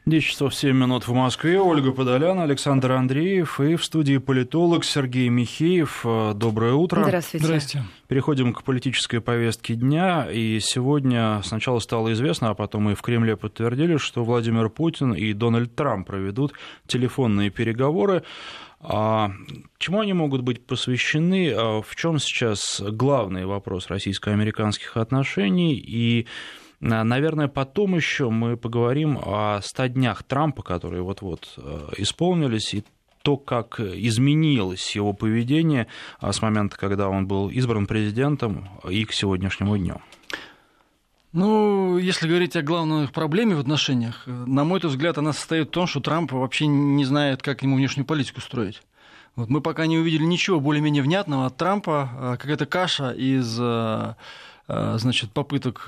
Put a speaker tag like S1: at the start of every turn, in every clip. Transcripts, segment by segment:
S1: 10 часов 7 минут в Москве. Ольга Подолян, Александр Андреев и в студии политолог Сергей Михеев. Доброе утро.
S2: Здравствуйте.
S3: Здрасте.
S1: Переходим к политической повестке дня. И сегодня сначала стало известно, а потом и в Кремле подтвердили, что Владимир Путин и Дональд Трамп проведут телефонные переговоры. Чему они могут быть посвящены? В чем сейчас главный вопрос российско-американских отношений? И, наверное, потом еще мы поговорим о 100 днях Трампа, которые вот-вот исполнились, и то, как изменилось его поведение с момента, когда он был избран президентом, и к сегодняшнему дню.
S3: Ну, если говорить о главной проблеме в отношениях, на мой взгляд, она состоит в том, что Трамп вообще не знает, как ему внешнюю политику строить. Вот мы пока не увидели ничего более-менее внятного от Трампа, какая-то каша из, значит, попыток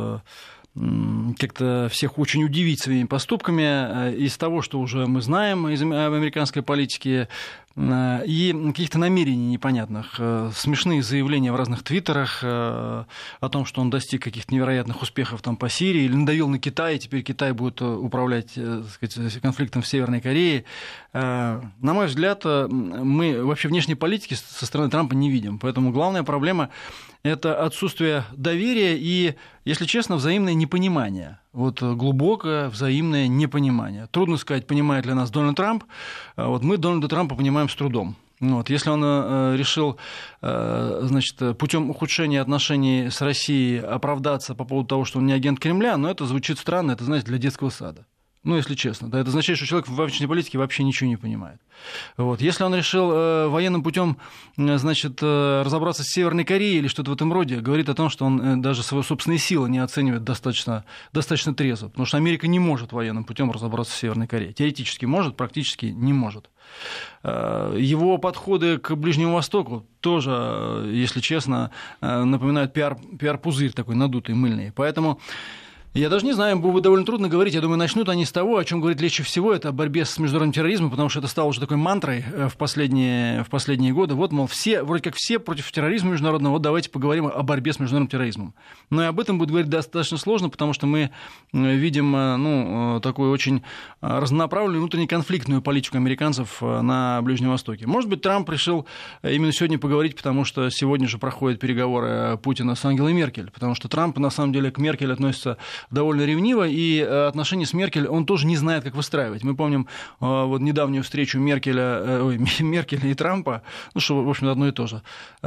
S3: как-то всех очень удивить своими поступками из того, что уже мы знаем из американской политики, и каких-то намерений непонятных, смешные заявления в разных твиттерах о том, что он достиг каких-то невероятных успехов там по Сирии, или надавил на Китай, и теперь Китай будет управлять, так сказать, конфликтом в Северной Корее. На мой взгляд, мы вообще внешней политики со стороны Трампа не видим, поэтому главная проблема – это отсутствие доверия и, если честно, взаимное непонимание. Вот глубокое взаимное непонимание. Трудно сказать, понимает ли нас Дональд Трамп. Вот мы Дональда Трампа понимаем с трудом. Вот. Если он решил, значит, путем ухудшения отношений с Россией оправдаться по поводу того, что он не агент Кремля, но это звучит странно, это, знаете, для детского сада. Ну, если честно, да, это означает, что человек в внешней политике вообще ничего не понимает. Вот. Если он решил военным путем, значит, разобраться с Северной Кореей или что-то в этом роде, говорит о том, что он даже свои собственные силы не оценивает достаточно трезво, потому что Америка не может военным путем разобраться с Северной Кореей. Теоретически может, практически не может. Его подходы к Ближнему Востоку тоже, если честно, напоминают пиар-пузырь такой надутый, мыльный. Поэтому я даже не знаю, им будет довольно трудно говорить. Я думаю, начнут они с того, о чем говорит легче всего, это о борьбе с международным терроризмом, потому что это стало уже такой мантрой в последние годы. Вот, мол, все, вроде как все против терроризма международного, вот давайте поговорим о борьбе с международным терроризмом. Но и об этом будет говорить достаточно сложно, потому что мы видим такую очень разнонаправленную внутренне конфликтную политику американцев на Ближнем Востоке. Может быть, Трамп решил именно сегодня поговорить, потому что сегодня же проходят переговоры Путина с Ангелой Меркель, потому что Трамп, на самом деле, к Меркель относится довольно ревниво, и отношения с Меркель он тоже не знает, как выстраивать. Мы помним вот недавнюю встречу Меркель и Трампа, ну, что, в общем, одно и то же,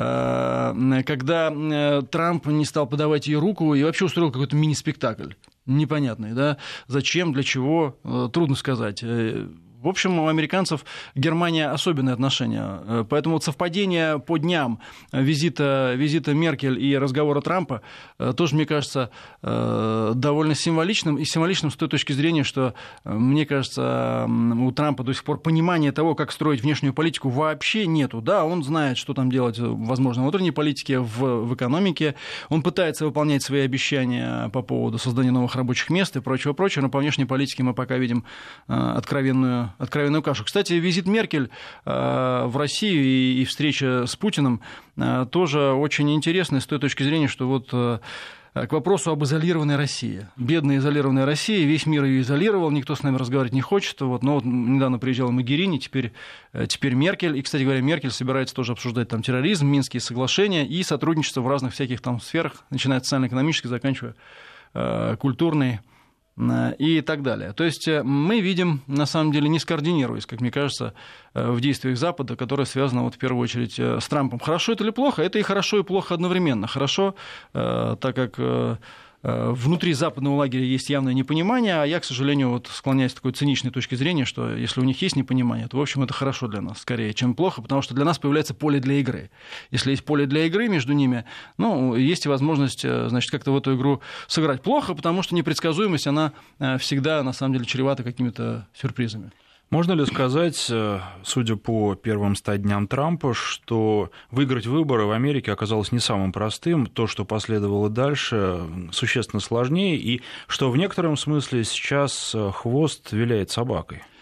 S3: когда Трамп не стал подавать ей руку и вообще устроил какой-то мини-спектакль непонятный, да, зачем, для чего, трудно сказать. В общем, у американцев к Германии особенные отношения. Поэтому вот совпадение по дням визита Меркель и разговора Трампа тоже, мне кажется, довольно символичным. И символичным с той точки зрения, что, мне кажется, у Трампа до сих пор понимания того, как строить внешнюю политику, вообще нету. Да, он знает, что там делать, возможно, в внутренней политике, в экономике. Он пытается выполнять свои обещания по поводу создания новых рабочих мест и прочего-прочего. Но по внешней политике мы пока видим откровенную кашу. Кстати, визит Меркель в Россию и встреча с Путиным тоже очень интересны с той точки зрения, что вот к вопросу об изолированной России. Бедная изолированная Россия, весь мир ее изолировал, никто с нами разговаривать не хочет. Вот, но вот недавно приезжала Могерини, теперь Меркель. И, кстати говоря, Меркель собирается тоже обсуждать там терроризм, Минские соглашения и сотрудничество в разных всяких там сферах, начиная от социально-экономической, заканчивая культурной и так далее. То есть мы видим, на самом деле, не скоординируясь, как мне кажется, в действиях Запада, которое связано вот в первую очередь с Трампом. Хорошо это или плохо? Это и хорошо, и плохо одновременно. Хорошо, так как внутри западного лагеря есть явное непонимание, а я, к сожалению, вот склоняюсь к такой циничной точке зрения, что если у них есть непонимание, то, в общем, это хорошо для нас, скорее, чем плохо, потому что для нас появляется поле для игры. Если есть поле для игры между ними, ну, есть и возможность, значит, как-то в эту игру сыграть. Плохо, потому что непредсказуемость, она всегда, на самом деле, чревата какими-то сюрпризами.
S1: Можно ли сказать, судя по первым 100 дням Трампа, что выиграть выборы в Америке оказалось не самым простым, то, что последовало дальше, существенно сложнее, и что в некотором смысле сейчас хвост виляет собакой?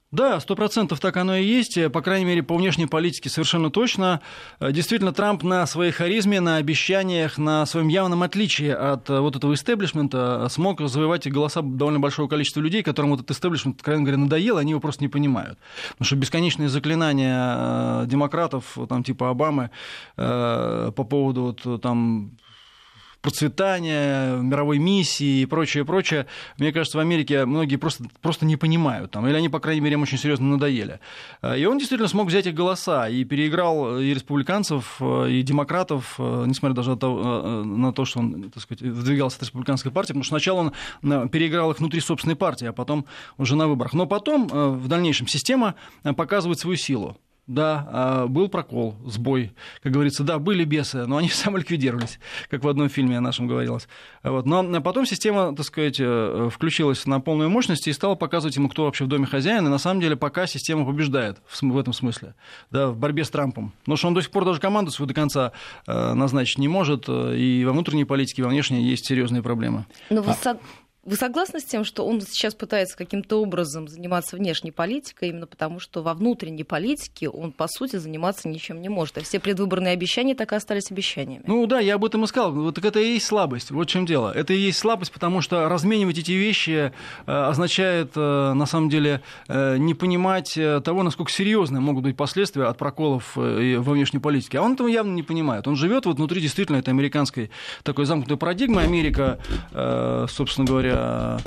S3: Да, 100% так оно и есть, по крайней мере, по внешней политике совершенно точно. Действительно, Трамп на своей харизме, на обещаниях, на своем явном отличии от вот этого истеблишмента смог завоевать голоса довольно большого количества людей, которым вот этот истеблишмент, откровенно говоря, надоел, они его просто не понимают. Потому что бесконечные заклинания демократов, там, типа Обамы, по поводу вот, там, процветания, мировой миссии и прочее, прочее, мне кажется, в Америке многие просто не понимают, там, или они, по крайней мере, им очень серьезно надоели. И он действительно смог взять их голоса и переиграл и республиканцев, и демократов, несмотря даже на то, что он, так сказать, выдвигался от республиканской партии, потому что сначала он переиграл их внутри собственной партии, а потом уже на выборах. Но потом, в дальнейшем, система показывает свою силу. Да, был прокол, сбой, как говорится, да, были бесы, но они самоликвидировались, как в одном фильме нашем говорилось. Вот. Но потом система, так сказать, включилась на полную мощность и стала показывать ему, кто вообще в доме хозяин, и на самом деле пока система побеждает в этом смысле, да, в борьбе с Трампом. Потому что он до сих пор даже команду свою до конца назначить не может, и во внутренней политике, и во внешней есть серьезные проблемы.
S2: Но вы согласны с тем, что он сейчас пытается каким-то образом заниматься внешней политикой, именно потому что во внутренней политике он, по сути, заниматься ничем не может, а все предвыборные обещания так и остались обещаниями?
S3: Ну да, я об этом и сказал. Вот так это и есть слабость. Вот в чем дело. Это и есть слабость, потому что разменивать эти вещи означает, на самом деле, не понимать того, насколько серьезные могут быть последствия от проколов во внешней политике. А он этого явно не понимает. Он живет вот внутри действительно этой американской такой замкнутой парадигмы. Америка, собственно говоря,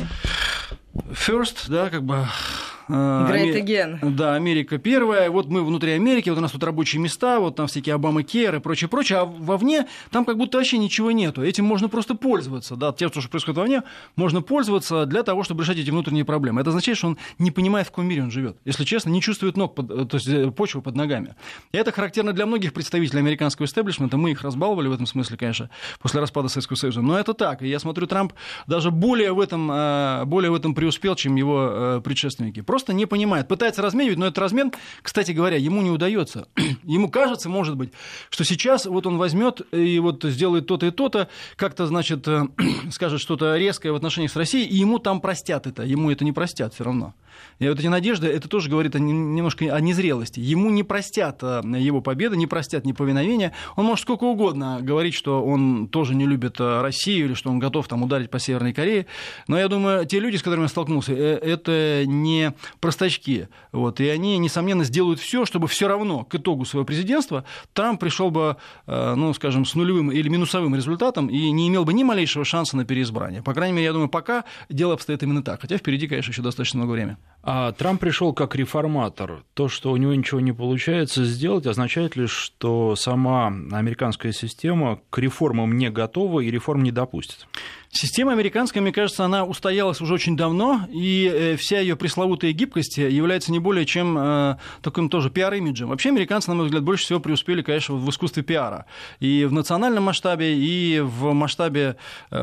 S3: first, да, как бы...
S2: Great again.
S3: Да, Америка первая, вот мы внутри Америки, вот у нас тут рабочие места, вот там всякие Обама-Кер и прочее, прочее, а вовне там как будто вообще ничего нету, этим можно просто пользоваться, да, тем, что происходит вовне, можно пользоваться для того, чтобы решать эти внутренние проблемы. Это означает, что он не понимает, в каком мире он живет, если честно, не чувствует ног, то есть почвы под ногами. И это характерно для многих представителей американского истеблишмента, мы их разбаловали в этом смысле, конечно, после распада Советского Союза, но это так, и я смотрю, Трамп даже более в этом преуспел, чем его предшественники. Просто не понимает. Пытается разменивать, но этот размен, кстати говоря, ему не удается. Ему кажется, может быть, что сейчас вот он возьмет и вот сделает то-то и то-то, как-то, значит, скажет что-то резкое в отношениях с Россией, и ему там простят это. Ему это не простят все равно. И вот эти надежды, это тоже говорит немножко о незрелости. Ему не простят его победы, не простят неповиновения. Он может сколько угодно говорить, что он тоже не любит Россию, или что он готов там ударить по Северной Корее. Но я думаю, те люди, с которыми я столкнулся, это не простачки. Вот. И они, несомненно, сделают все, чтобы все равно к итогу своего президентства Трамп пришел бы, ну, скажем, с нулевым или минусовым результатом и не имел бы ни малейшего шанса на переизбрание. По крайней мере, я думаю, пока дело обстоит именно так. Хотя впереди, конечно, еще достаточно много времени.
S1: А Трамп пришел как реформатор. То, что у него ничего не получается сделать, означает ли, что сама американская система к реформам не готова и реформ не допустит?
S3: Система американская, мне кажется, она устоялась уже очень давно, и вся ее пресловутая гибкость является не более чем таким тоже пиар-имиджем. Вообще американцы, на мой взгляд, больше всего преуспели, конечно, в искусстве пиара. И в национальном масштабе, и в масштабе,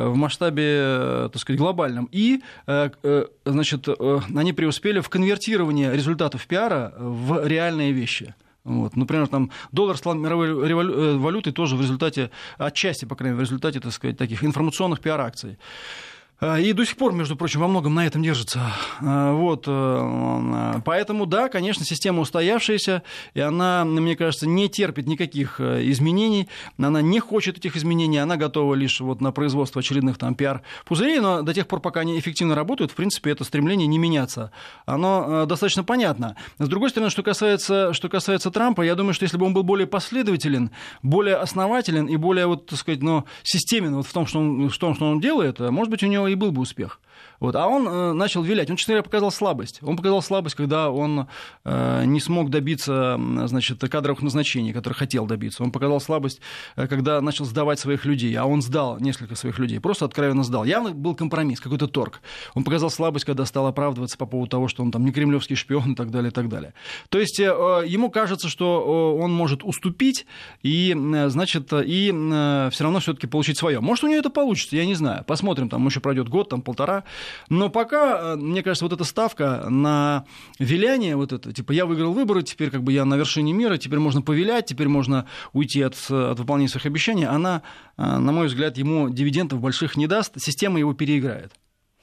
S3: так сказать, глобальном. И, значит, они преуспели в конвертировании результатов пиара в реальные вещи. Вот. Например, там доллар стал мировой валютой тоже в результате, отчасти, по крайней мере, в результате, так сказать, таких информационных пиар-акций. И до сих пор, между прочим, во многом на этом держится. Вот. Поэтому, да, конечно, система устоявшаяся, и она, мне кажется, не терпит никаких изменений, она не хочет этих изменений, она готова лишь вот на производство очередных там пиар-пузырей, но до тех пор, пока они эффективно работают, в принципе, это стремление не меняться. Оно достаточно понятно. С другой стороны, что касается Трампа, я думаю, что если бы он был более последователен, более основателен и более, вот, так сказать, системен вот в том, что он делает, может быть, у него и был бы успех. Вот. А он начал вилять. Он, честно говоря, показал слабость. Он показал слабость, когда он не смог добиться, значит, кадровых назначений, которых хотел добиться. Он показал слабость, когда начал сдавать своих людей. А он сдал несколько своих людей. Просто откровенно сдал. Явно был компромисс, какой-то торг. Он показал слабость, когда стал оправдываться по поводу того, что он там не кремлевский шпион и так далее, и так далее. То есть ему кажется, что он может уступить и, значит, и все равно все-таки получить свое. Может, у него это получится, я не знаю. Посмотрим, там еще пройдет год, там полтора. Но пока, мне кажется, вот эта ставка на виляние, вот это, типа, я выиграл выборы, теперь как бы я на вершине мира, теперь можно повилять, теперь можно уйти от выполнения своих обещаний, она, на мой взгляд, ему дивидендов больших не даст, система его переиграет.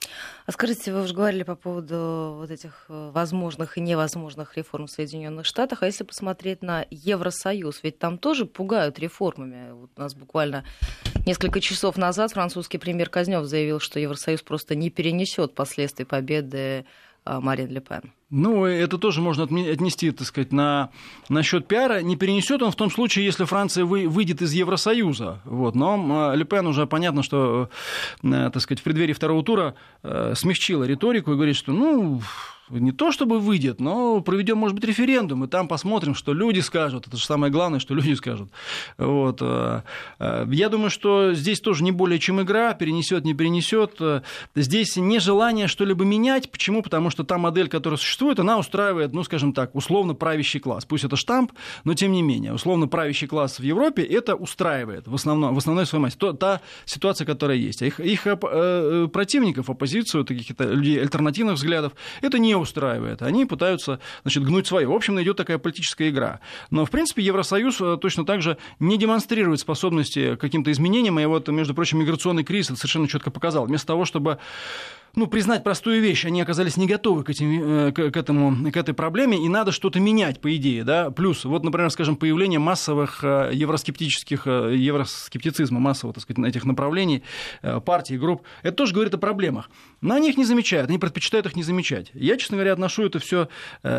S2: А скажите, вы уже говорили по поводу вот этих возможных и невозможных реформ в Соединенных Штатах, а если посмотреть на Евросоюз, ведь там тоже пугают реформами. Вот у нас буквально несколько часов назад французский премьер Казнёв заявил, что Евросоюз просто не перенесет последствий победы Марин Ле Пен.
S3: Ну, это тоже можно отнести, так сказать, насчет пиара. Не перенесет он в том случае, если Франция выйдет из Евросоюза. Вот. Но Ле Пен уже понятно, что, так сказать, в преддверии второго тура смягчила риторику и говорит, что, не то чтобы выйдет, но проведем, может быть, референдум, и там посмотрим, что люди скажут. Это же самое главное, что люди скажут. Вот. Я думаю, что здесь тоже не более чем игра, перенесет, не перенесет. Здесь нежелание что-либо менять. Почему? Потому что та модель, которая существует, она устраивает, скажем так, условно правящий класс. Пусть это штамп, но тем не менее. Условно правящий класс в Европе это устраивает в основной своей массе. Та ситуация, которая есть. Их противников, оппозицию, таких людей альтернативных взглядов, это не устраивает. Они пытаются, гнуть свое. В общем, идет такая политическая игра. Но, в принципе, Евросоюз точно так же не демонстрирует способности к каким-то изменениям. И вот, между прочим, миграционный кризис это совершенно четко показал. Вместо того, чтобы признать простую вещь, они оказались не готовы к этой проблеме, и надо что-то менять, по идее. Да? Плюс, например, скажем, появление массовых евроскептицизма, массового, так сказать, этих направлений, партий, групп, это тоже говорит о проблемах. Но они их не замечают, они предпочитают их не замечать. Я, честно говоря, отношу это все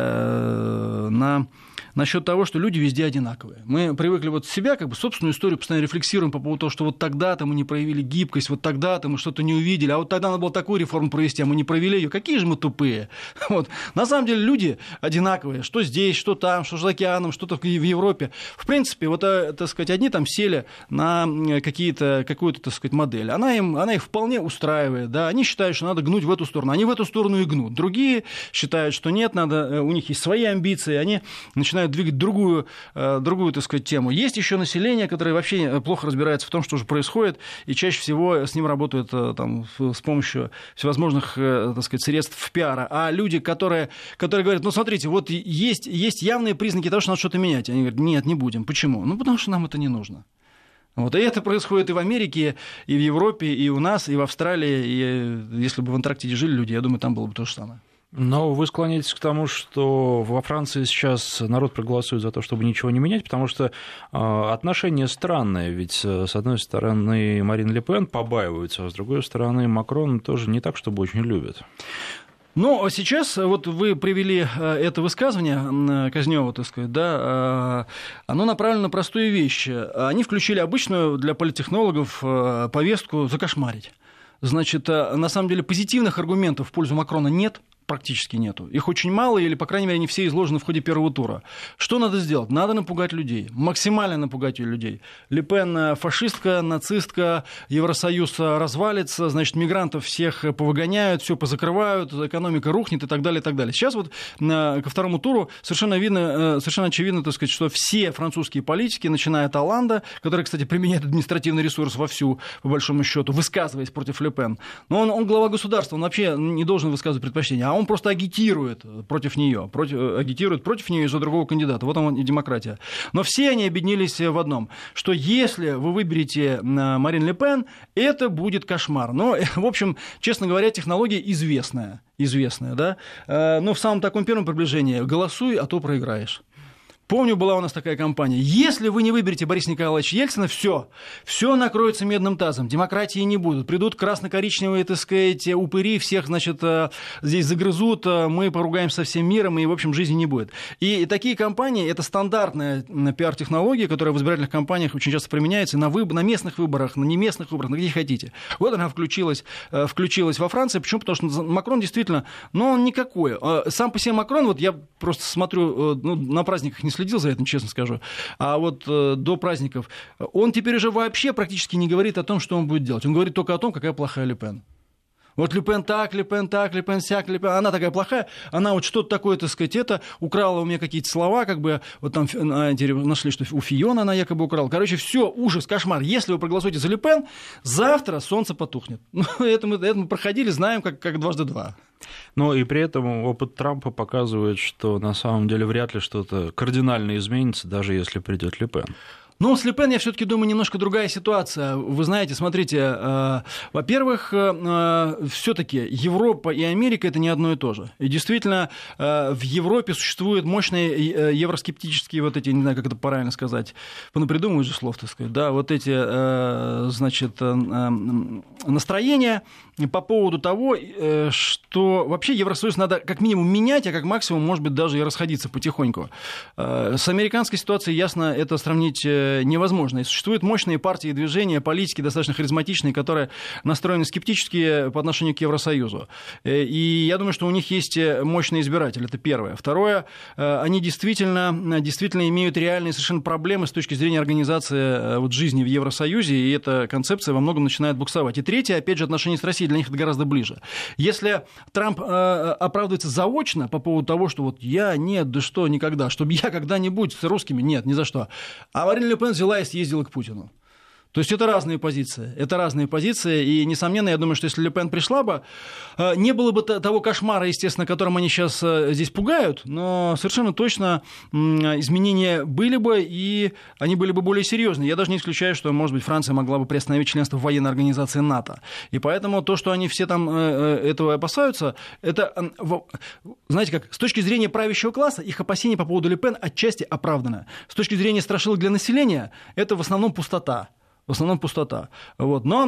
S3: насчет того, что люди везде одинаковые. Мы привыкли себя, собственную историю постоянно рефлексируем по поводу того, что тогда-то мы не проявили гибкость, тогда-то мы что-то не увидели, а тогда надо было такую реформу провести, а мы не провели ее. Какие же мы тупые. На самом деле люди одинаковые. Что здесь, что там, что за океаном, что-то в Европе. В принципе, так сказать, одни там сели на какую-то, так сказать, модель. Она их вполне устраивает. Да? Они считают, что надо гнуть в эту сторону. Они в эту сторону и гнут. Другие считают, что нет, у них есть свои амбиции, они начинают двигать другую, так сказать, тему. Есть еще население, которое вообще плохо разбирается в том, что же происходит, и чаще всего с ним работают с помощью всевозможных, так сказать, средств пиара. А люди, которые говорят, смотрите, есть явные признаки того, что надо что-то менять. Они говорят, нет, не будем. Почему? Потому что нам это не нужно. И это происходит и в Америке, и в Европе, и у нас, и в Австралии. И если бы в Антарктиде жили люди, я думаю, там было бы то же самое.
S1: Но вы склоняетесь к тому, что во Франции сейчас народ проголосует за то, чтобы ничего не менять, потому что отношения странные. Ведь, с одной стороны, Марин Ле Пен побаивается, а с другой стороны, Макрон тоже не так, чтобы очень любит.
S3: Но сейчас вы привели это высказывание Казнёва, так сказать, да, оно направлено на простую вещь. Они включили обычную для политтехнологов повестку «закошмарить». Значит, на самом деле позитивных аргументов в пользу Макрона нет. Практически нету. Их очень мало, или, по крайней мере, не все изложены в ходе первого тура. Что надо сделать? Надо напугать людей, максимально напугать людей. Ле Пен фашистка, нацистка, Евросоюз развалится, значит, мигрантов всех повыгоняют, все позакрывают, экономика рухнет и так далее, и так далее. Сейчас ко второму туру совершенно очевидно, так сказать, что все французские политики, начиная от Олланда, который, кстати, применяет административный ресурс вовсю, по большому счету, высказываясь против Ле Пен, но он глава государства, он вообще не должен высказывать предпочтения, а он просто агитирует против нее из-за другого кандидата. Вот он и демократия. Но все они объединились в одном, что если вы выберете Марин Ле Пен, это будет кошмар. Но, в общем, честно говоря, технология известная, да? Но в самом таком первом приближении голосуй, а то проиграешь. Помню, была у нас такая кампания. Если вы не выберете Бориса Николаевича Ельцина, все накроется медным тазом. Демократии не будут. Придут красно-коричневые, так сказать, упыри, всех, значит, здесь загрызут, мы поругаемся со всем миром, и, в общем, жизни не будет. И такие кампании – это стандартная пиар-технология, которая в избирательных кампаниях очень часто применяется на местных выборах, на неместных выборах, на где хотите. Вот она включилась во Франции. Почему? Потому что Макрон действительно, он никакой. Сам по себе Макрон, я просто смотрю, на праздниках не следил за этим, честно скажу. А до праздников он теперь уже вообще практически не говорит о том, что он будет делать. Он говорит только о том, какая плохая Ле Пен. Ле Пен так, Ле Пен сяк, Ле Пен. Она такая плохая, она что-то такое, так сказать, украла у меня какие-то слова, там нашли, что у Фиона она якобы украла. Короче, все, ужас, кошмар. Если вы проголосуете за Ле Пен, завтра солнце потухнет. Это мы проходили, знаем, как дважды два.
S1: Но и при этом опыт Трампа показывает, что на самом деле вряд ли что-то кардинально изменится, даже если придет Ле Пен.
S3: Но с Ле Пен, я все-таки думаю, немножко другая ситуация. Вы знаете, смотрите, во-первых, все-таки Европа и Америка — это не одно и то же. И действительно, в Европе существуют мощные евроскептические, вот эти, не знаю, как это правильно сказать, понапридумывают же слов, так сказать, да, вот эти, значит, настроения по поводу того, что вообще Евросоюз надо как минимум менять, а как максимум, может быть, даже и расходиться потихоньку. С американской ситуацией, ясно, это сравнить невозможно. И существуют мощные партии и движения, политики достаточно харизматичные, которые настроены скептически по отношению к Евросоюзу. И я думаю, что у них есть мощный избиратель. Это первое. Второе, они действительно имеют реальные совершенно проблемы с точки зрения организации вот жизни в Евросоюзе, и эта концепция во многом начинает буксовать. И третье, опять же, отношения с Россией для них это гораздо ближе. Если Трамп оправдывается заочно по поводу того, что вот я, нет, да что, никогда, чтобы я когда-нибудь с русскими, нет, ни за что. А Марин Ле Пен взяла и съездила к Путину. То есть это разные позиции, и, несомненно, я думаю, что если Ле Пен пришла бы, не было бы того кошмара, естественно, которым они сейчас здесь пугают, но совершенно точно изменения были бы, и они были бы более серьезные. Я даже не исключаю, что, может быть, Франция могла бы приостановить членство в военной организации НАТО. И поэтому то, что они все там этого опасаются, это, знаете как, с точки зрения правящего класса, их опасения по поводу Ле Пен отчасти оправданы. С точки зрения страшилок для населения, это в основном пустота. Вот. Но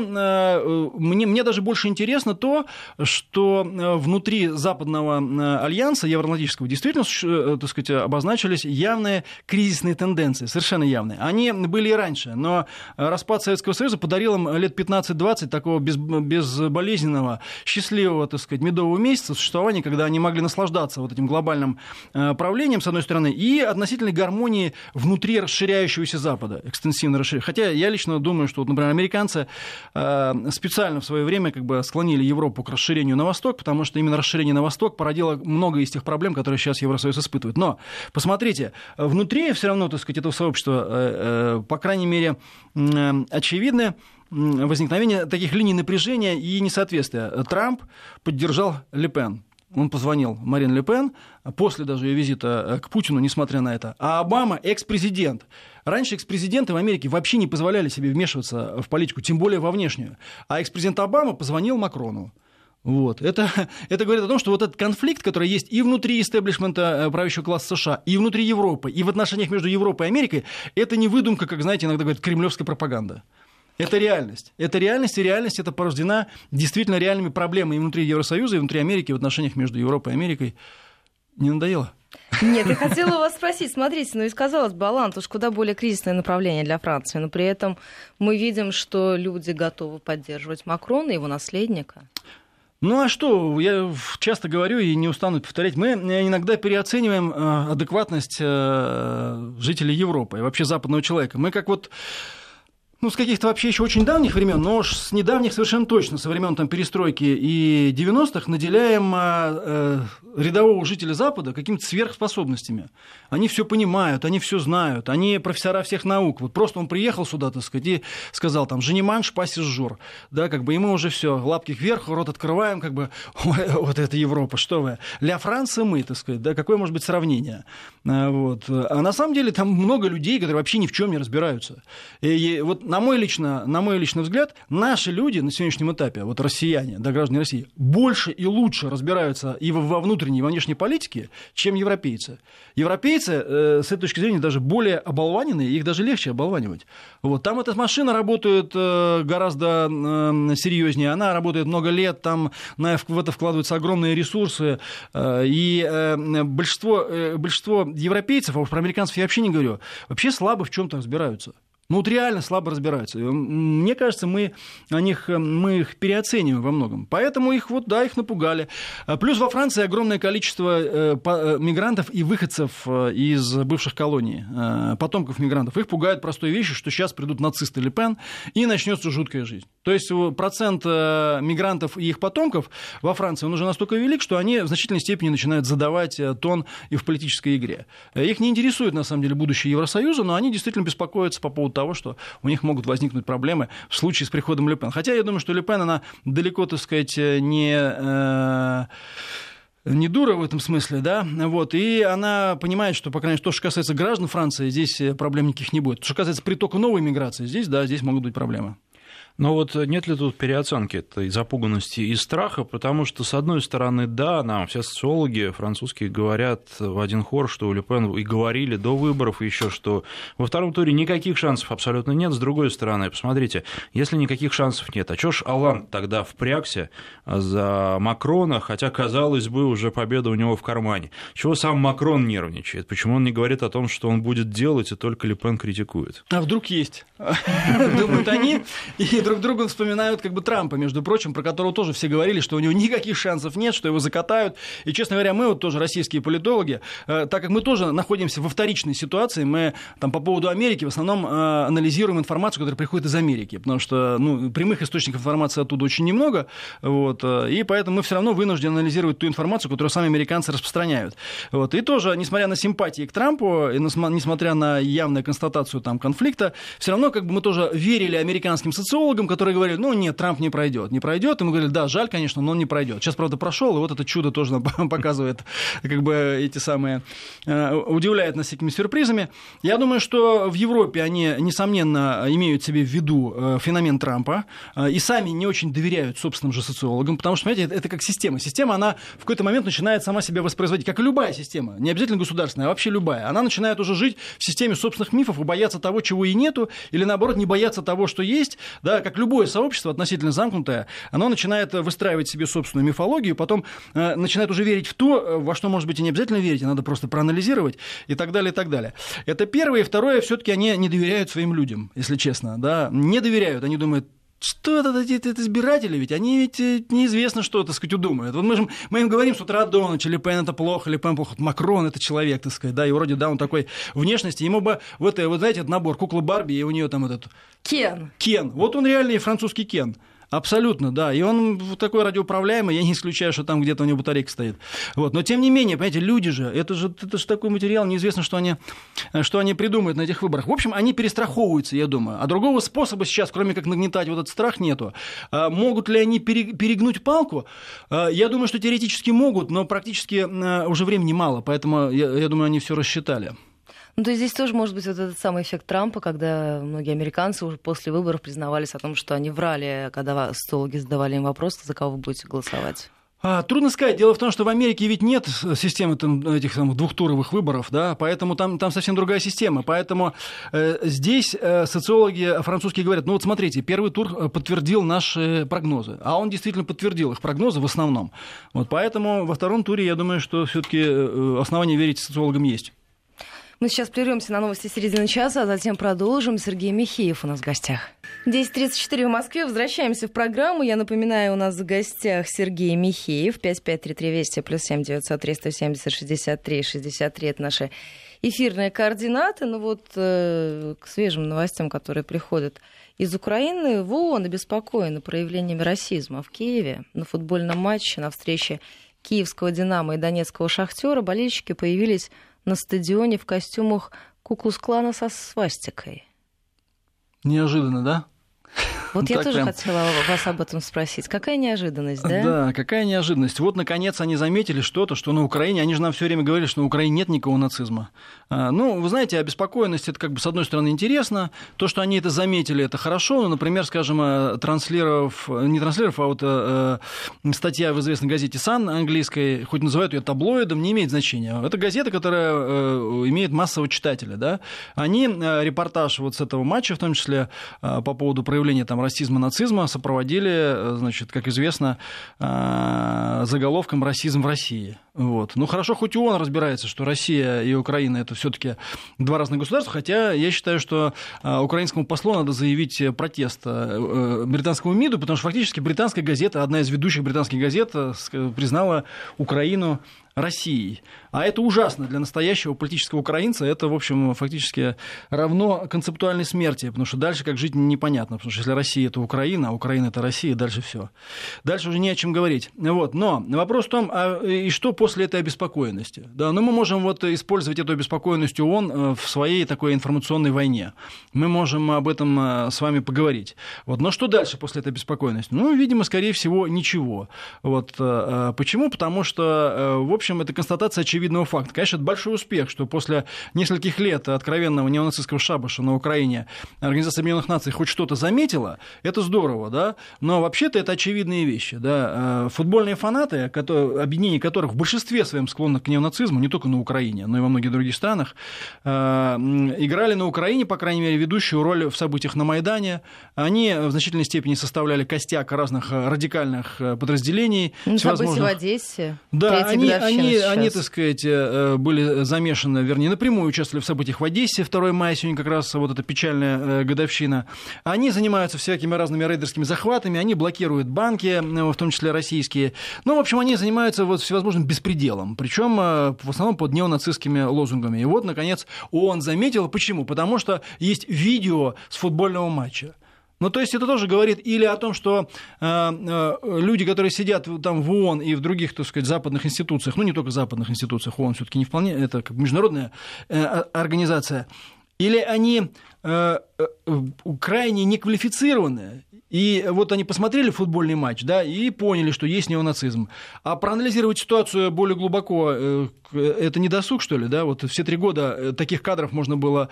S3: мне даже больше интересно то, что внутри Западного альянса Евроатлантического действительно, так сказать, обозначились явные кризисные тенденции, совершенно явные. Они были и раньше, но распад Советского Союза подарил им лет 15-20 такого безболезненного, счастливого, так сказать, медового месяца существования, когда они могли наслаждаться вот этим глобальным правлением, с одной стороны, и относительной гармонии внутри расширяющегося Запада, экстенсивно расширяющегося. Хотя я лично думаю, что, например, американцы специально в свое время как бы склонили Европу к расширению на восток, потому что именно расширение на восток породило много из тех проблем, которые сейчас Евросоюз испытывает. Но, посмотрите, внутри все равно, так сказать, этого сообщества, по крайней мере, очевидно возникновение таких линий напряжения и несоответствия. Трамп поддержал Ле Пен. Он позвонил Марин Ле Пен после даже ее визита к Путину, несмотря на это. А Обама — экс-президент. Раньше экс-президенты в Америке вообще не позволяли себе вмешиваться в политику, тем более во внешнюю. А экс-президент Обама позвонил Макрону. Вот. Это говорит о том, что вот этот конфликт, который есть и внутри истеблишмента правящего класса США, и внутри Европы, и в отношениях между Европой и Америкой, это не выдумка, как, знаете, иногда говорят, кремлевская пропаганда. Это реальность. И реальность это порождена действительно реальными проблемами и внутри Евросоюза, и внутри Америки, в отношениях между Европой и Америкой. Не надоело?
S2: Нет, я хотела вас спросить, смотрите, ведь казалось бы, Алан, уж куда более кризисное направление для Франции, но при этом мы видим, что люди готовы поддерживать Макрона и его наследника.
S3: Ну а что, я часто говорю и не устану повторять, мы иногда переоцениваем адекватность жителей Европы и вообще западного человека. Мы как вот... с каких-то вообще еще очень давних времен, но уж с недавних совершенно точно, со времен там перестройки и 90-х, наделяем рядового жителя Запада какими-то сверхспособностями. Они все понимают, они все знают, они профессора всех наук. Вот просто он приехал сюда, так сказать, и сказал там «жениманш, пассис жур». Да, как бы, и мы уже все, лапки вверх, рот открываем, как бы, вот это Европа, что вы. Ля Франция мы, так сказать, да, какое может быть сравнение. Вот. А на самом деле там много людей, которые вообще ни в чем не разбираются. И вот на мой личный взгляд, наши люди на сегодняшнем этапе, вот россияне, да, граждане России, больше и лучше разбираются и во внутренней, и во внешней политике, чем европейцы. Европейцы, с этой точки зрения, даже более оболваненные, их даже легче оболванивать. Вот. Там эта машина работает гораздо серьезнее, она работает много лет, там в это вкладываются огромные ресурсы, и большинство европейцев, а уж про американцев я вообще не говорю, вообще слабо в чем-то разбираются. Ну, вот реально слабо разбираются. Мне кажется, мы их переоцениваем во многом. Поэтому их напугали. Плюс во Франции огромное количество мигрантов и выходцев из бывших колоний, потомков мигрантов. Их пугают простой вещи, что сейчас придут нацисты Ле Пен, и начнется жуткая жизнь. То есть процент мигрантов и их потомков во Франции, он уже настолько велик, что они в значительной степени начинают задавать тон и в политической игре. Их не интересует, на самом деле, будущее Евросоюза, но они действительно беспокоятся по поводу того, что у них могут возникнуть проблемы в случае с приходом Ле Пен. Хотя я думаю, что Ле Пен, она далеко, так сказать, не не дура в этом смысле, да, вот, и она понимает, что, по крайней мере, то, что касается граждан Франции, здесь проблем никаких не будет. Что касается притока новой миграции, здесь, да, здесь могут быть проблемы.
S1: Но вот нет ли тут переоценки этой запуганности и страха, потому что, с одной стороны, да, нам все социологи французские говорят в один хор, что у Ле Пен, и говорили до выборов еще, что во втором туре никаких шансов абсолютно нет. С другой стороны, посмотрите, если никаких шансов нет, а чё ж Олланд тогда впрягся за Макрона, хотя, казалось бы, уже победа у него в кармане? Чего сам Макрон нервничает? Почему он не говорит о том, что он будет делать, и только Ле Пен критикует?
S3: А вдруг есть? Думают они, и друг друга вспоминают как бы Трампа, между прочим, про которого тоже все говорили, что у него никаких шансов нет, что его закатают. И, честно говоря, мы вот тоже российские политологи, так как мы тоже находимся во вторичной ситуации, мы там по поводу Америки в основном анализируем информацию, которая приходит из Америки, потому что прямых источников информации оттуда очень немного, вот, и поэтому мы все равно вынуждены анализировать ту информацию, которую сами американцы распространяют. Вот, и тоже, несмотря на симпатии к Трампу, и несмотря на явную констатацию там, конфликта, все равно как бы мы тоже верили американским социологам, которые говорили, нет, Трамп не пройдет. И мы говорили, да, жаль, конечно, но он не пройдет. Сейчас, правда, прошел, и вот это чудо тоже нам показывает, как бы эти самые, удивляет нас всякими сюрпризами. Я думаю, что в Европе они, несомненно, имеют себе в виду феномен Трампа и сами не очень доверяют собственным же социологам, потому что, понимаете, это как система. Система, она в какой-то момент начинает сама себя воспроизводить, как и любая система, не обязательно государственная, а вообще любая. Она начинает уже жить в системе собственных мифов и бояться того, чего и нету, или наоборот, не бояться того, что есть, да, как любое сообщество, относительно замкнутое, оно начинает выстраивать себе собственную мифологию, потом начинает уже верить в то, во что, может быть, и не обязательно верить, надо просто проанализировать и так далее, и так далее. Это первое. И второе, все-таки они не доверяют своим людям, если честно, да, не доверяют, они думают, что это избиратели, ведь они ведь неизвестно, что, так сказать, удумают. Вот мы им говорим с утра до ночи, Ле Пен это плохо, Ле Пен плохо. Макрон это человек, так сказать, да, и вроде, да, он такой внешности, ему бы, вот знаете, этот набор, кукла Барби, и у нее там этот... Кен. Вот он реальный французский Кен. Абсолютно, да. И он такой радиоуправляемый, я не исключаю, что там где-то у него батарейка стоит. Вот. Но тем не менее, понимаете, люди же, это же такой материал, неизвестно, что они придумают на этих выборах. В общем, они перестраховываются, я думаю. А другого способа сейчас, кроме как нагнетать вот этот страх, нету. Могут ли они перегнуть палку? Я думаю, что теоретически могут, но практически уже времени мало, поэтому я думаю, они все рассчитали.
S2: То есть здесь тоже может быть вот этот самый эффект Трампа, когда многие американцы уже после выборов признавались о том, что они врали, когда социологи задавали им вопрос, за кого вы будете голосовать.
S3: Трудно сказать. Дело в том, что в Америке ведь нет системы этих двухтуровых выборов, да, поэтому там совсем другая система. Поэтому здесь социологи французские говорят, вот смотрите, первый тур подтвердил наши прогнозы, а он действительно подтвердил их прогнозы в основном. Вот поэтому во втором туре, я думаю, что все-таки основания верить социологам есть.
S2: Мы сейчас прервемся на новости середины часа, а затем продолжим. Сергей Михеев у нас в гостях. 10:34 в Москве. Возвращаемся в программу. Я напоминаю, у нас в гостях Сергей Михеев. 553320 +7 903 170 63 63. Это наши эфирные координаты. Ну вот к свежим новостям, которые приходят из Украины. В ООН обеспокоены проявлениями расизма в Киеве. На футбольном матче, на встрече киевского «Динамо» и донецкого «Шахтера» болельщики появились на стадионе в костюмах Ку-клукс-клана со свастикой.
S3: Неожиданно, да?
S2: Вот я тоже хотела вас об этом спросить. Какая неожиданность, да?
S3: Да, какая неожиданность. Вот, наконец, они заметили что-то, что на Украине, они же нам все время говорили, что на Украине нет никакого нацизма. Вы знаете, обеспокоенность, это как бы с одной стороны интересно. То, что они это заметили, это хорошо. Например, скажем, статья в известной газете «Сан» английской, хоть называют ее таблоидом, не имеет значения. Это газета, которая имеет массового читателя, да. Они репортаж вот с этого матча, в том числе по поводу проявления там расизма, нацизма, сопроводили, значит, как известно, заголовком «Расизм в России». Вот. Хорошо, хоть и он разбирается, что Россия и Украина – это все-таки два разных государства, хотя я считаю, что украинскому послу надо заявить протест британскому МИДу, потому что фактически британская газета, одна из ведущих британских газет, признала Украину Россией. А это ужасно для настоящего политического украинца. Это, в общем, фактически равно концептуальной смерти, потому что дальше как жить непонятно. Потому что если Россия — это Украина, а Украина — это Россия, дальше все. Дальше уже не о чем говорить. Вот. Но вопрос в том, и что после этой обеспокоенности? Да, ну, мы можем вот использовать эту обеспокоенность ООН в своей такой информационной войне. Мы можем об этом с вами поговорить. Вот. Но что дальше после этой обеспокоенности? Ну, видимо, скорее всего, ничего. Вот. Почему? Потому что, в общем, это констатация очевидного факта. Конечно, это большой успех, что после нескольких лет откровенного неонацистского шабаша на Украине Организация Объединенных Наций хоть что-то заметила. Это здорово, да? Но вообще-то это очевидные вещи. Да? Футбольные фанаты, объединение которых в большинстве своем склонны к неонацизму, не только на Украине, но и во многих других странах, играли на Украине, по крайней мере, ведущую роль в событиях на Майдане. Они в значительной степени составляли костяк разных радикальных подразделений.
S2: События в Одессе.
S3: Да, они, так сказать, были замешаны, вернее, напрямую участвовали в событиях в Одессе. 2 мая сегодня как раз вот эта печальная годовщина. Они занимаются всякими разными рейдерскими захватами, они блокируют банки, в том числе российские. Ну, в общем, они занимаются вот всевозможным беспределом, причем в основном под неонацистскими лозунгами. И вот, наконец, ООН заметила. Почему? Потому что есть видео с футбольного матча. Ну, то есть это тоже говорит или о том, что люди, которые сидят там в ООН и в других, так сказать, западных институциях, ну, не только западных институциях, ООН все-таки не вполне, это как международная организация, или они крайне неквалифицированные. И вот они посмотрели футбольный матч, да, и поняли, что есть неонацизм. А проанализировать ситуацию более глубоко, это не досуг, что ли, да? Вот все 3 года таких кадров можно было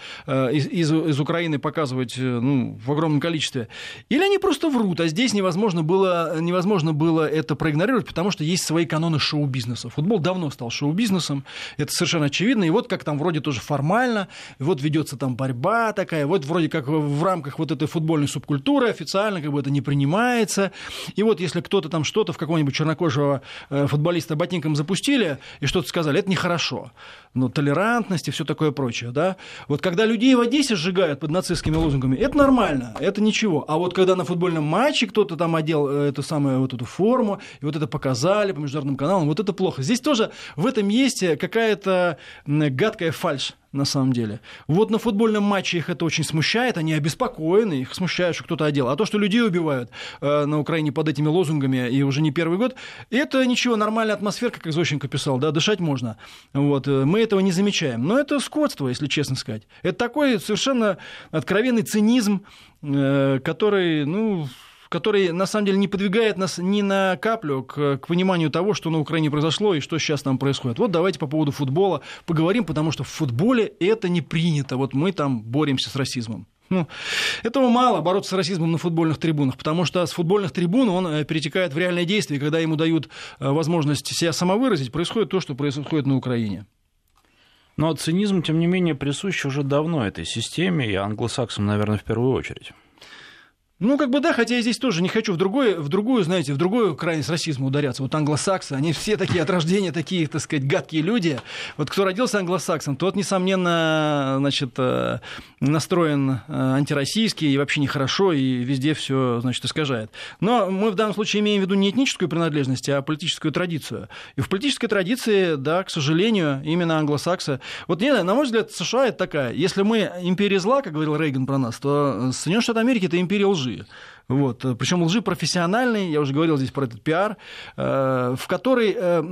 S3: из Украины показывать, ну, в огромном количестве. Или они просто врут, а здесь невозможно было это проигнорировать, потому что есть свои каноны шоу-бизнеса. Футбол давно стал шоу-бизнесом, это совершенно очевидно. И вот как там вроде тоже формально, вот ведется там борьба такая, вот вроде как в рамках вот этой футбольной субкультуры официально как бы это не принимается. И вот если кто-то там что-то в какого-нибудь чернокожего футболиста ботинком запустили и что-то сказали, это нехорошо. Но толерантность и все такое прочее, да. Вот когда людей в Одессе сжигают под нацистскими лозунгами, это нормально, это ничего. А вот когда на футбольном матче кто-то там одел эту самую вот эту форму, и вот это показали по международным каналам, вот это плохо. Здесь тоже в этом есть какая-то гадкая фальшь. На самом деле. Вот на футбольном матче их это очень смущает, они обеспокоены, их смущает, что кто-то одел. А то, что людей убивают на Украине под этими лозунгами, и уже не первый год, это ничего, нормальная атмосферка, как Зощенко писал, да, дышать можно. Вот. Мы этого не замечаем. Но это скотство, если честно сказать. Это такой совершенно откровенный цинизм, который, на самом деле не подвигает нас ни на каплю к пониманию того, что на Украине произошло и что сейчас там происходит. Вот давайте по поводу футбола поговорим, потому что в футболе это не принято. Вот мы там боремся с расизмом. Этого мало, бороться с расизмом на футбольных трибунах, потому что с футбольных трибун он перетекает в реальное действие, и когда ему дают возможность себя самовыразить, происходит то, что происходит на Украине.
S1: Но цинизм, тем не менее, присущ уже давно этой системе, и англосаксам, наверное, в первую очередь.
S3: Ну, как бы да, хотя я здесь тоже не хочу в другую крайность расизма ударяться. Вот англосаксы, они все такие от рождения, такие, так сказать, гадкие люди. Вот кто родился англосаксом, тот, несомненно, значит, настроен антироссийский и вообще нехорошо, и везде все, значит, искажает. Но мы в данном случае имеем в виду не этническую принадлежность, а политическую традицию. И в политической традиции, да, к сожалению, именно англосаксы. Вот, не знаю, на мой взгляд, США это такая. Если мы империя зла, как говорил Рейган про нас, то Соединенные Штаты Америки — это империя лжи. Вот. Причем лжи профессиональной, я уже говорил здесь про этот пиар, в которой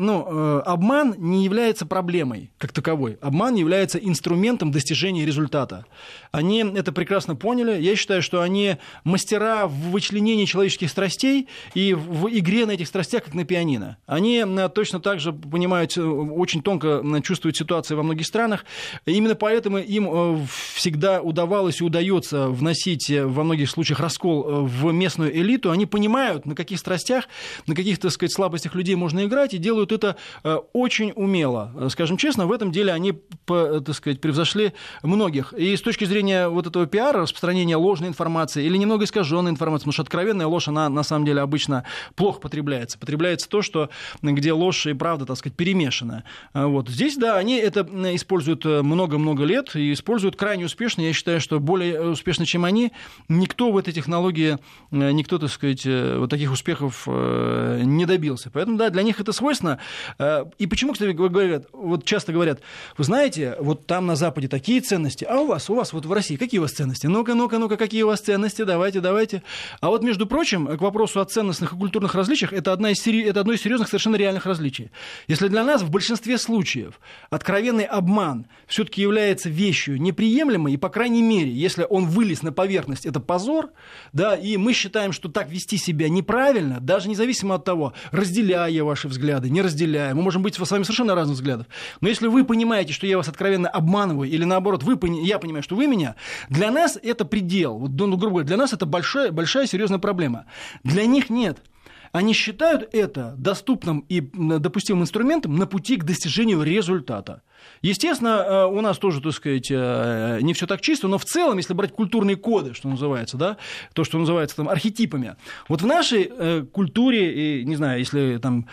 S3: обман не является проблемой как таковой. Обман является инструментом достижения результата. Они это прекрасно поняли. Я считаю, что они мастера в вычленении человеческих страстей и в игре на этих страстях, как на пианино. Они точно так же понимают, очень тонко чувствуют ситуацию во многих странах. Именно поэтому им всегда удавалось и удается вносить во многих случаях раскол в местную элиту. Они понимают, на каких страстях, на каких, так сказать, слабостях людей можно играть, и делают это очень умело. Скажем честно, в этом деле они, так сказать, превзошли многих. И с точки зрения вот этого пиара, распространения ложной информации или немного искаженной информации, потому что откровенная ложь, она на самом деле обычно плохо потребляется. Потребляется то, где ложь и правда, так сказать, перемешаны. Вот. Здесь, да, они это используют много-много лет и используют крайне успешно. Я считаю, что более успешно, чем они, никто в этой технологии никто, так сказать, вот таких успехов не добился. Поэтому, да, для них это свойственно. И почему, кстати, говорят, вот часто говорят, вы знаете, вот там на Западе такие ценности, а у вас вот в России какие у вас ценности? Ну-ка, какие у вас ценности? Давайте. А вот, между прочим, к вопросу о ценностных и культурных различиях, это одно из серьезных, совершенно реальных различий. Если для нас в большинстве случаев откровенный обман все-таки является вещью неприемлемой, и, по крайней мере, если он вылез на поверхность, это позор, да, и мы считаем, что так вести себя неправильно, даже независимо от того, разделяя я ваши взгляды, не разделяя, мы можем быть с вами совершенно разных взглядов, но если вы понимаете, что я вас откровенно обманываю, или наоборот, я понимаю, что вы меня, для нас это предел, вот, грубо говоря, для нас это большая серьезная проблема. Для них нет. Они считают это доступным и допустимым инструментом на пути к достижению результата. Естественно, у нас тоже, так сказать, не все так чисто, но в целом, если брать культурные коды, что называется, да, то, что называется там архетипами, вот в нашей культуре, и, не знаю, если там...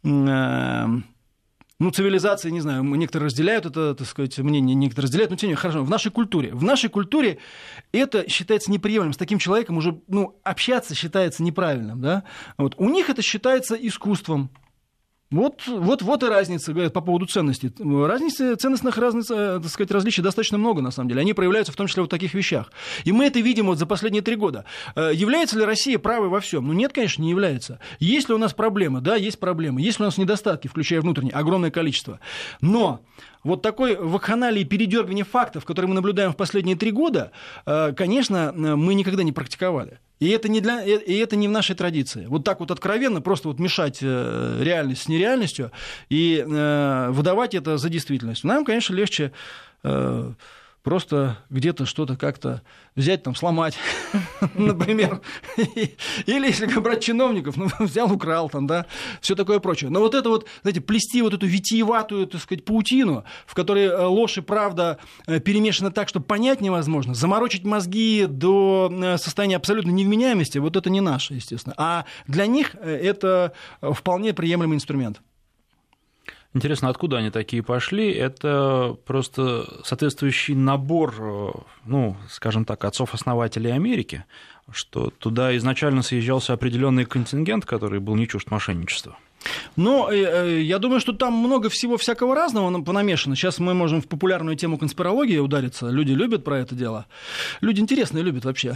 S3: цивилизации, не знаю, некоторые разделяют это, так сказать, мнение, некоторые разделяют, но тем не менее, хорошо, в нашей культуре это считается неприемлемым. С таким человеком уже, общаться считается неправильным, да? Вот. У них это считается искусством. Вот и разница, говорят, по поводу ценностей. Ценностных так сказать, различий достаточно много, на самом деле. Они проявляются в том числе в таких вещах. И мы это видим вот за последние 3 года. Является ли Россия правой во всем? Нет, конечно, не является. Есть ли у нас проблемы? Да, есть проблемы. Есть ли у нас недостатки, включая внутренние? Огромное количество. Но вот такой вакханалии передергивания фактов, которые мы наблюдаем в последние 3 года, конечно, мы никогда не практиковали. И это не в нашей традиции. Вот так вот откровенно просто вот мешать реальность с нереальностью и выдавать это за действительность. Нам, конечно, легче просто где-то что-то как-то взять, там, сломать, например. Или, если брать чиновников, взял, украл, там, да, все такое прочее. Но вот это вот, знаете, плести вот эту витиеватую, так сказать, паутину, в которой ложь и правда перемешаны так, что понять невозможно, заморочить мозги до состояния абсолютной невменяемости, вот это не наше, естественно. А для них это вполне приемлемый инструмент.
S1: Интересно, откуда они такие пошли? Это просто соответствующий набор, скажем так, отцов-основателей Америки, что туда изначально съезжался определенный контингент, который был не чужд мошенничества.
S3: Но я думаю, что там много всего всякого разного понамешано. Сейчас мы можем в популярную тему конспирологии удариться. Люди любят про это дело. Люди интересные любят вообще.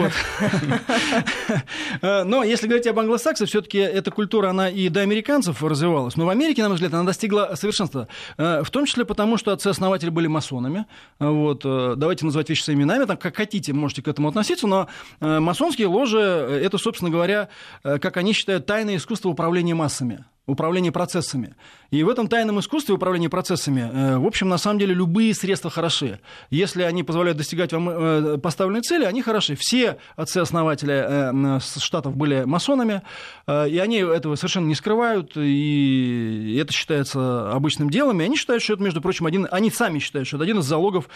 S3: Но если говорить об англосаксах, все-таки эта культура, она и до американцев развивалась. Но в Америке, на мой взгляд, она достигла совершенства. В том числе потому, что отцы-основатели были масонами. Давайте называть вещи своими именами. Как хотите, можете к этому относиться. Но масонские ложи, это, собственно говоря, как они считают, тайное искусство управления массами. Управление процессами. И в этом тайном искусстве управления процессами, в общем, на самом деле, любые средства хороши. Если они позволяют достигать вам поставленной цели, они хороши. Все отцы-основатели Штатов были масонами, и они этого совершенно не скрывают, и это считается обычным делом. И они считают, что это, между прочим, они сами считают, что это один из залогов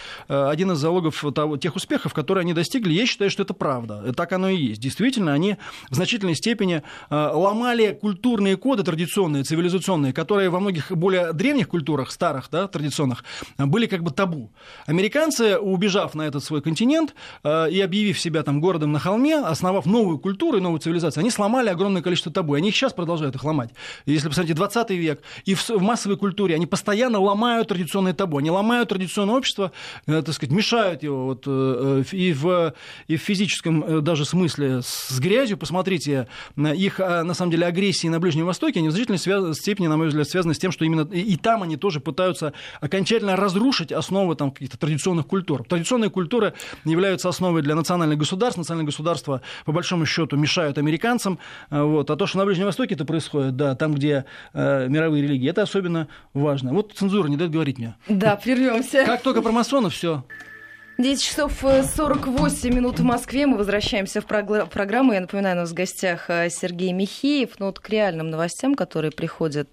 S3: тех успехов, которые они достигли. Я считаю, что это правда. Так оно и есть. Действительно, они в значительной степени ломали культурные коды традиционные, цивилизационные, которые во многих более древних культурах, старых, да, традиционных, были как бы табу. Американцы, убежав на этот свой континент и объявив себя там городом на холме, основав новую культуру и новую цивилизацию, они сломали огромное количество табу. Они сейчас продолжают их ломать. Если посмотрите, 20 век, и в массовой культуре они постоянно ломают традиционные табу. Они ломают традиционное общество, так сказать, мешают его и в физическом даже смысле с грязью. Посмотрите, их, на самом деле, агрессии на Ближнем Востоке, они в значительной степени, на мой взгляд, связаны с тем, что именно и там они тоже пытаются окончательно разрушить основы там, каких-то традиционных культур. Традиционные культуры являются основой для национальных государств. Национальные государства, по большому счету, мешают американцам. А то, что на Ближнем Востоке это происходит, да, там, где мировые религии, это особенно важно. Вот цензура не дает говорить мне.
S2: Да, прервемся.
S3: Как только про масонов, все.
S2: 10 часов 48 минут в Москве. Мы возвращаемся в программу. Я напоминаю, у нас в гостях Сергей Михеев. Но к реальным новостям, которые приходят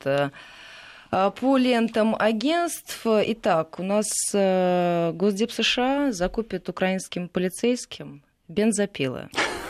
S2: по лентам агентств. Итак, у нас Госдеп США закупит украинским полицейским бензопилы.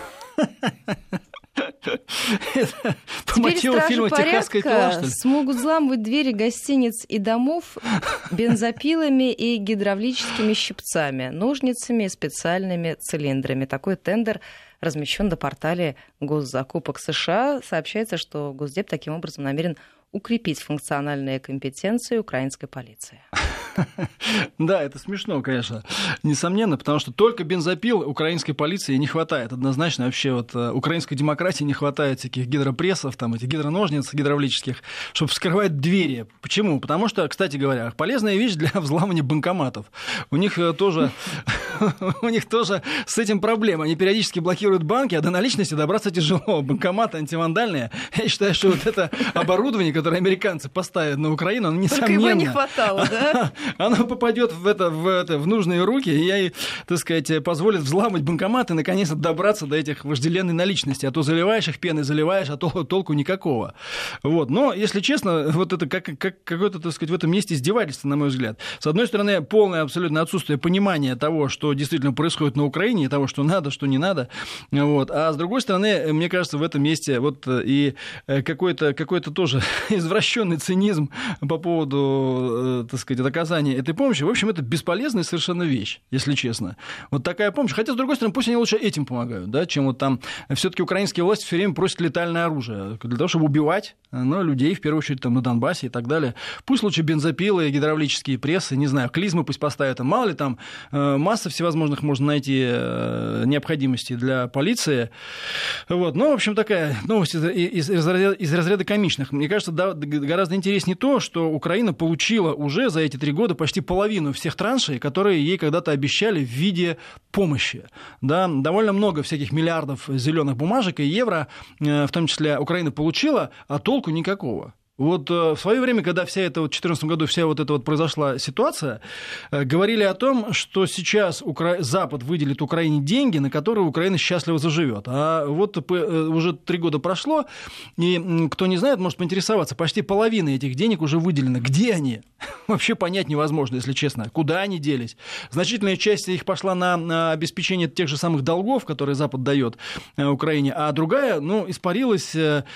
S3: Теперь стражи
S2: порядка смогут взламывать двери гостиниц и домов бензопилами и гидравлическими щипцами, ножницами и специальными цилиндрами. Такой тендер размещен на портале госзакупок США. Сообщается, что Госдеп таким образом намерен укрепить функциональные компетенции украинской полиции.
S3: Да, это смешно, конечно, несомненно, потому что только бензопил украинской полиции не хватает. Однозначно вообще вот украинской демократии не хватает всяких гидропрессов, там, этих гидроножниц гидравлических, чтобы вскрывать двери. Почему? Потому что, кстати говоря, полезная вещь для взламывания банкоматов. У них тоже с этим проблема. Они периодически блокируют банки, а до наличности добраться тяжело. Банкоматы антивандальные. Я считаю, что вот это оборудование, которое американцы поставят на Украину, оно несомненно...
S2: Только его не хватало, да?
S3: Оно попадет в нужные руки, и ей, так сказать, позволит взламывать банкоматы и наконец-то добраться до этих вожделенной наличности. А то заливаешь их пеной, заливаешь, а толку никакого. Вот. Но, если честно, вот это как какое-то, так сказать, в этом месте издевательство, на мой взгляд. С одной стороны, полное абсолютно отсутствие понимания того, что действительно происходит на Украине, и того, что надо, что не надо. Вот. А с другой стороны, мне кажется, в этом месте вот и какой-то тоже извращенный цинизм по поводу, так сказать, оказания этой помощи. В общем, это бесполезная совершенно вещь, если честно. Вот такая помощь. Хотя, с другой стороны, пусть они лучше этим помогают, да, чем вот там все-таки украинские власти все время просят летальное оружие для того, чтобы убивать людей, в первую очередь, там, на Донбассе и так далее. Пусть лучше бензопилы, гидравлические прессы, не знаю, клизмы пусть поставят. Мало ли там масса всевозможных можно найти необходимостей для полиции. Вот. Ну, в общем, такая новость из разряда комичных. Мне кажется, да, гораздо интереснее то, что Украина получила уже за эти 3 года почти половину всех траншей, которые ей когда-то обещали в виде помощи. Да, довольно много всяких миллиардов зеленых бумажек и евро, в том числе, Украина получила, а толку никакого. Вот в свое время, когда в 2014 году вся вот эта вот произошла ситуация, говорили о том, что сейчас Запад выделит Украине деньги, на которые Украина счастливо заживет. А вот уже 3 года прошло, и кто не знает, может поинтересоваться, почти половина этих денег уже выделена. Где они? Вообще понять невозможно, если честно. Куда они делись? Значительная часть их пошла на обеспечение тех же самых долгов, которые Запад дает Украине, а другая, испарилась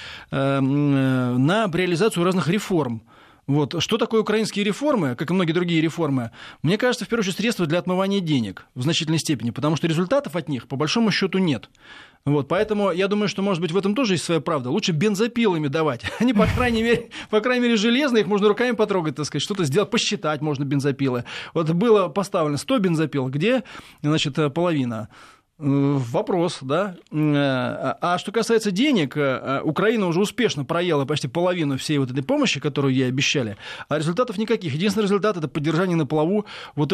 S3: на реализацию разных реформ. Вот. Что такое украинские реформы, как и многие другие реформы? Мне кажется, в первую очередь, средства для отмывания денег в значительной степени, потому что результатов от них, по большому счету, нет. Вот. Поэтому я думаю, что, может быть, в этом тоже есть своя правда. Лучше бензопилами давать. Они, по крайней мере, железные, их можно руками потрогать, так сказать, что-то сделать, посчитать можно бензопилы. Вот было поставлено 100 бензопил, где, значит, половина. Вопрос, да. А что касается денег, Украина уже успешно проела почти половину всей вот этой помощи, которую ей обещали, а результатов никаких. Единственный результат – это поддержание на плаву вот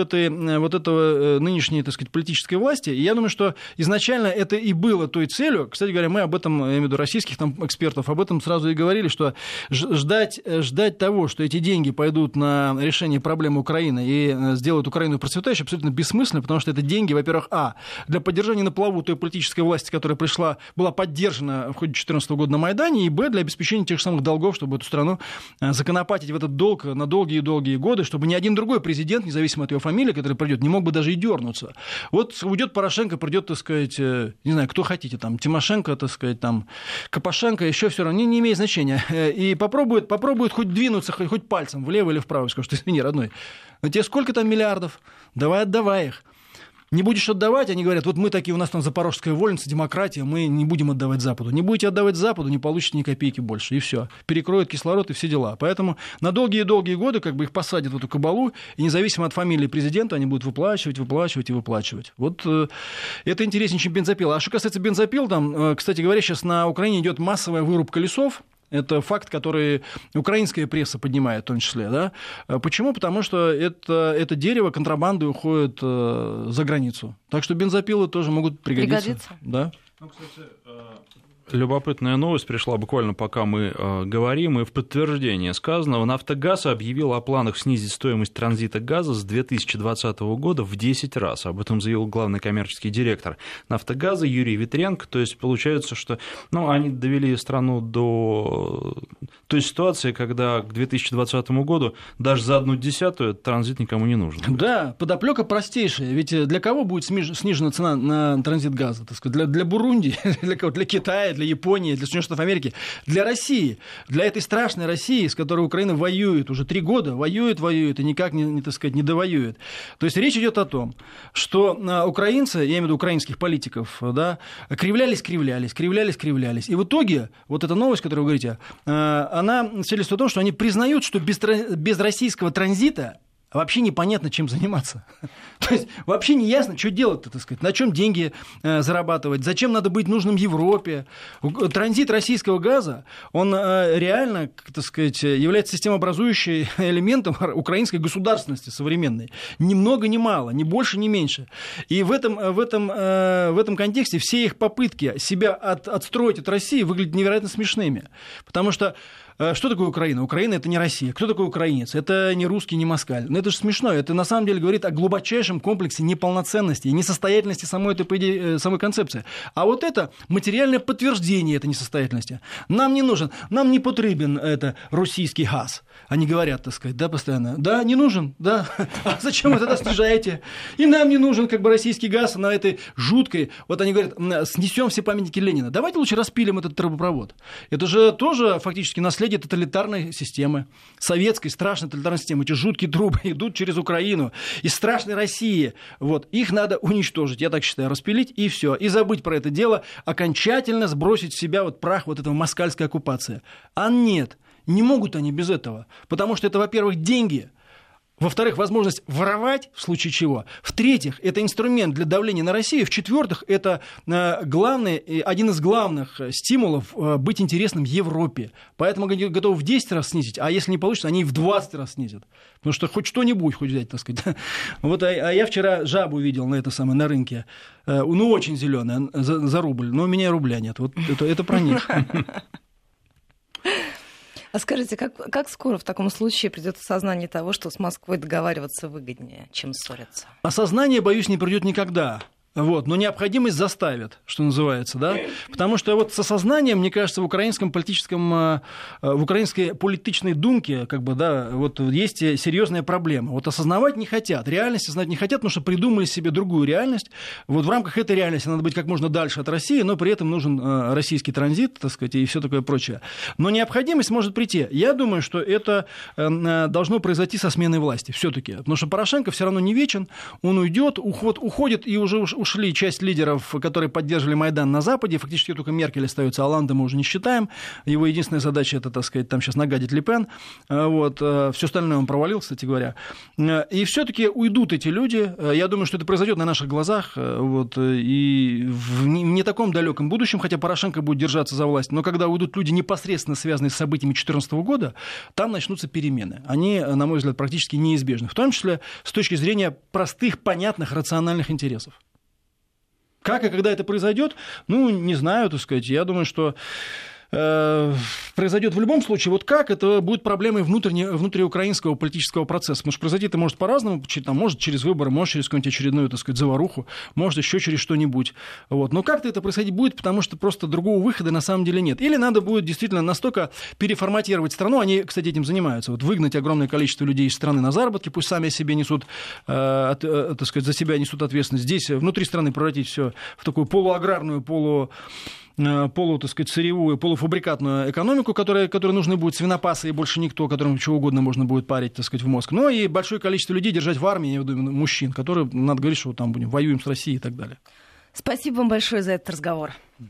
S3: этого нынешней, так сказать, политической власти. И я думаю, что изначально это и было той целью. Кстати говоря, мы об этом, я имею в виду российских там экспертов, об этом сразу и говорили, что ждать того, что эти деньги пойдут на решение проблемы Украины и сделают Украину процветающей, абсолютно бессмысленно, потому что это деньги, во-первых, для поддержания на плаву той политической власти, которая была поддержана в ходе 2014 года на Майдане, и для обеспечения тех же самых долгов, чтобы эту страну законопатить в этот долг на долгие-долгие годы, чтобы ни один другой президент, независимо от его фамилии, который придет, не мог бы даже и дернуться. Вот уйдет Порошенко, придет, так сказать, не знаю, кто хотите, там, Тимошенко, так сказать, там, Капошенко, еще все равно, не имеет значения. И попробует хоть двинуться, хоть пальцем влево или вправо, скажет, что извини, родной, но тебе сколько там миллиардов? Давай отдавай их. Не будешь отдавать, они говорят, вот мы такие, у нас там запорожская вольница, демократия, мы не будем отдавать Западу. Не будете отдавать Западу, не получите ни копейки больше, и все. Перекроют кислород и все дела. Поэтому на долгие-долгие годы как бы их посадят в эту кабалу, и независимо от фамилии президента они будут выплачивать. Вот это интереснее, чем бензопила. А что касается бензопил, там, кстати говоря, сейчас на Украине идет массовая вырубка лесов. Это факт, который украинская пресса поднимает в том числе. Да? Почему? Потому что это дерево контрабандой уходит за границу. Так что бензопилы тоже могут пригодиться. Да?
S1: Кстати, любопытная новость пришла буквально пока мы говорим, и в подтверждение сказанного. «Нафтогаз» объявил о планах снизить стоимость транзита газа с 2020 года в 10 раз. Об этом заявил главный коммерческий директор «Нафтогаза» Юрий Витренко. То есть получается, что они довели страну до той ситуации, когда к 2020 году даже за 1/10 транзит никому не нужен.
S3: Да, подоплека простейшая. Ведь для кого будет снижена цена на транзит газа? Так сказать, для Бурунди, для кого? Для Китая, для Японии, для Соединенных Штатов Америки, для России, для этой страшной России, с которой Украина воюет уже 3 года, воюет и никак не, так сказать, не довоюет. То есть речь идет о том, что украинцы, я имею в виду украинских политиков, да, кривлялись. И в итоге вот эта новость, которую вы говорите, она свидетельствует о том, что они признают, что без российского транзита вообще непонятно, чем заниматься. То есть вообще не ясно, что делать-то, так сказать, на чем деньги зарабатывать, зачем надо быть нужным Европе. Транзит российского газа, он реально, так сказать, является системообразующим элементом украинской государственности современной. Ни много, ни мало, ни больше, ни меньше. И в этом контексте все их попытки себя отстроить от России выглядят невероятно смешными. Потому что что такое Украина? Украина – это не Россия. Кто такой украинец? Это не русский, не москаль. Но это же смешно. Это на самом деле говорит о глубочайшем комплексе неполноценности и несостоятельности самой этой, по идее, самой концепции. А вот это материальное подтверждение этой несостоятельности. Нам не нужен, нам не потребен это российский газ. Они говорят, так сказать, да, постоянно. Да, не нужен, да. А зачем вы тогда снижаете? И нам не нужен как бы российский газ на этой жуткой... Вот они говорят, снесем все памятники Ленина. Давайте лучше распилим этот трубопровод. Это же тоже фактически наследие тоталитарной системы, советской страшной тоталитарной системы. Эти жуткие трубы идут через Украину из страшной России. Вот. Их надо уничтожить, я так считаю, распилить и все. И забыть про это дело, окончательно сбросить в себя вот прах вот этого москальской оккупации. А нет, не могут они без этого. Потому что это, во-первых, деньги. Во-вторых, возможность воровать, в случае чего. В-третьих, это инструмент для давления на Россию. В-четвертых, это один из главных стимулов быть интересным Европе. Поэтому они готовы в 10 раз снизить, а если не получится, они и в 20 раз снизят. Потому что хоть что-нибудь хоть взять, так сказать. Вот, а я вчера жабу видел на рынке. Ну, очень зеленая, за рубль. Но у меня рубля нет. Вот это про них.
S2: А скажите, как скоро в таком случае придет осознание того, что с Москвой договариваться выгоднее, чем ссориться?
S3: Осознание, боюсь, не придет никогда. Вот, но необходимость заставит, что называется, да, потому что вот с осознанием, мне кажется, в украинской политичной думке, как бы, да, вот есть серьезная проблема. Вот осознавать не хотят, реальность осознавать не хотят, потому что придумали себе другую реальность. Вот в рамках этой реальности надо быть как можно дальше от России, но при этом нужен российский транзит, так сказать, и все такое прочее. Но необходимость может прийти. Я думаю, что это должно произойти со сменой власти все-таки, потому что Порошенко все равно не вечен, он уходит, и уже ушли часть лидеров, которые поддерживали Майдан на Западе. Фактически только Меркель остается, Оланда мы уже не считаем. Его единственная задача — это, так сказать, там сейчас нагадить Ле Пен. Вот. Все остальное он провалил, кстати говоря. И все-таки уйдут эти люди. Я думаю, что это произойдет на наших глазах. Вот. И в не таком далеком будущем, хотя Порошенко будет держаться за власть. Но когда уйдут люди, непосредственно связанные с событиями 2014 года, там начнутся перемены. Они, на мой взгляд, практически неизбежны. В том числе с точки зрения простых, понятных, рациональных интересов. Как и когда это произойдет, ну, не знаю, так сказать. Я думаю, что произойдет в любом случае. Вот как, это будет проблемой внутриукраинского политического процесса. Потому что произойти это может по-разному. Может через выборы, может через какую-нибудь очередную, так сказать, заваруху, может еще через что-нибудь. Вот. Но как-то это происходить будет, потому что просто другого выхода на самом деле нет. Или надо будет действительно настолько переформатировать страну, они, кстати, этим занимаются, вот выгнать огромное количество людей из страны на заработки, пусть сами о себе несут, так сказать, за себя несут ответственность. Здесь внутри страны превратить все в такую полуаграрную, так сказать, сырьевую, полуфабрикатную экономику, которой нужны будут свинопасы и больше никто, которым чего угодно можно будет парить, так сказать, в мозг. Ну и большое количество людей держать в армии, я думаю, мужчин, которые, надо говорить, что там будем, воюем с Россией и так далее.
S2: Спасибо вам большое за этот разговор.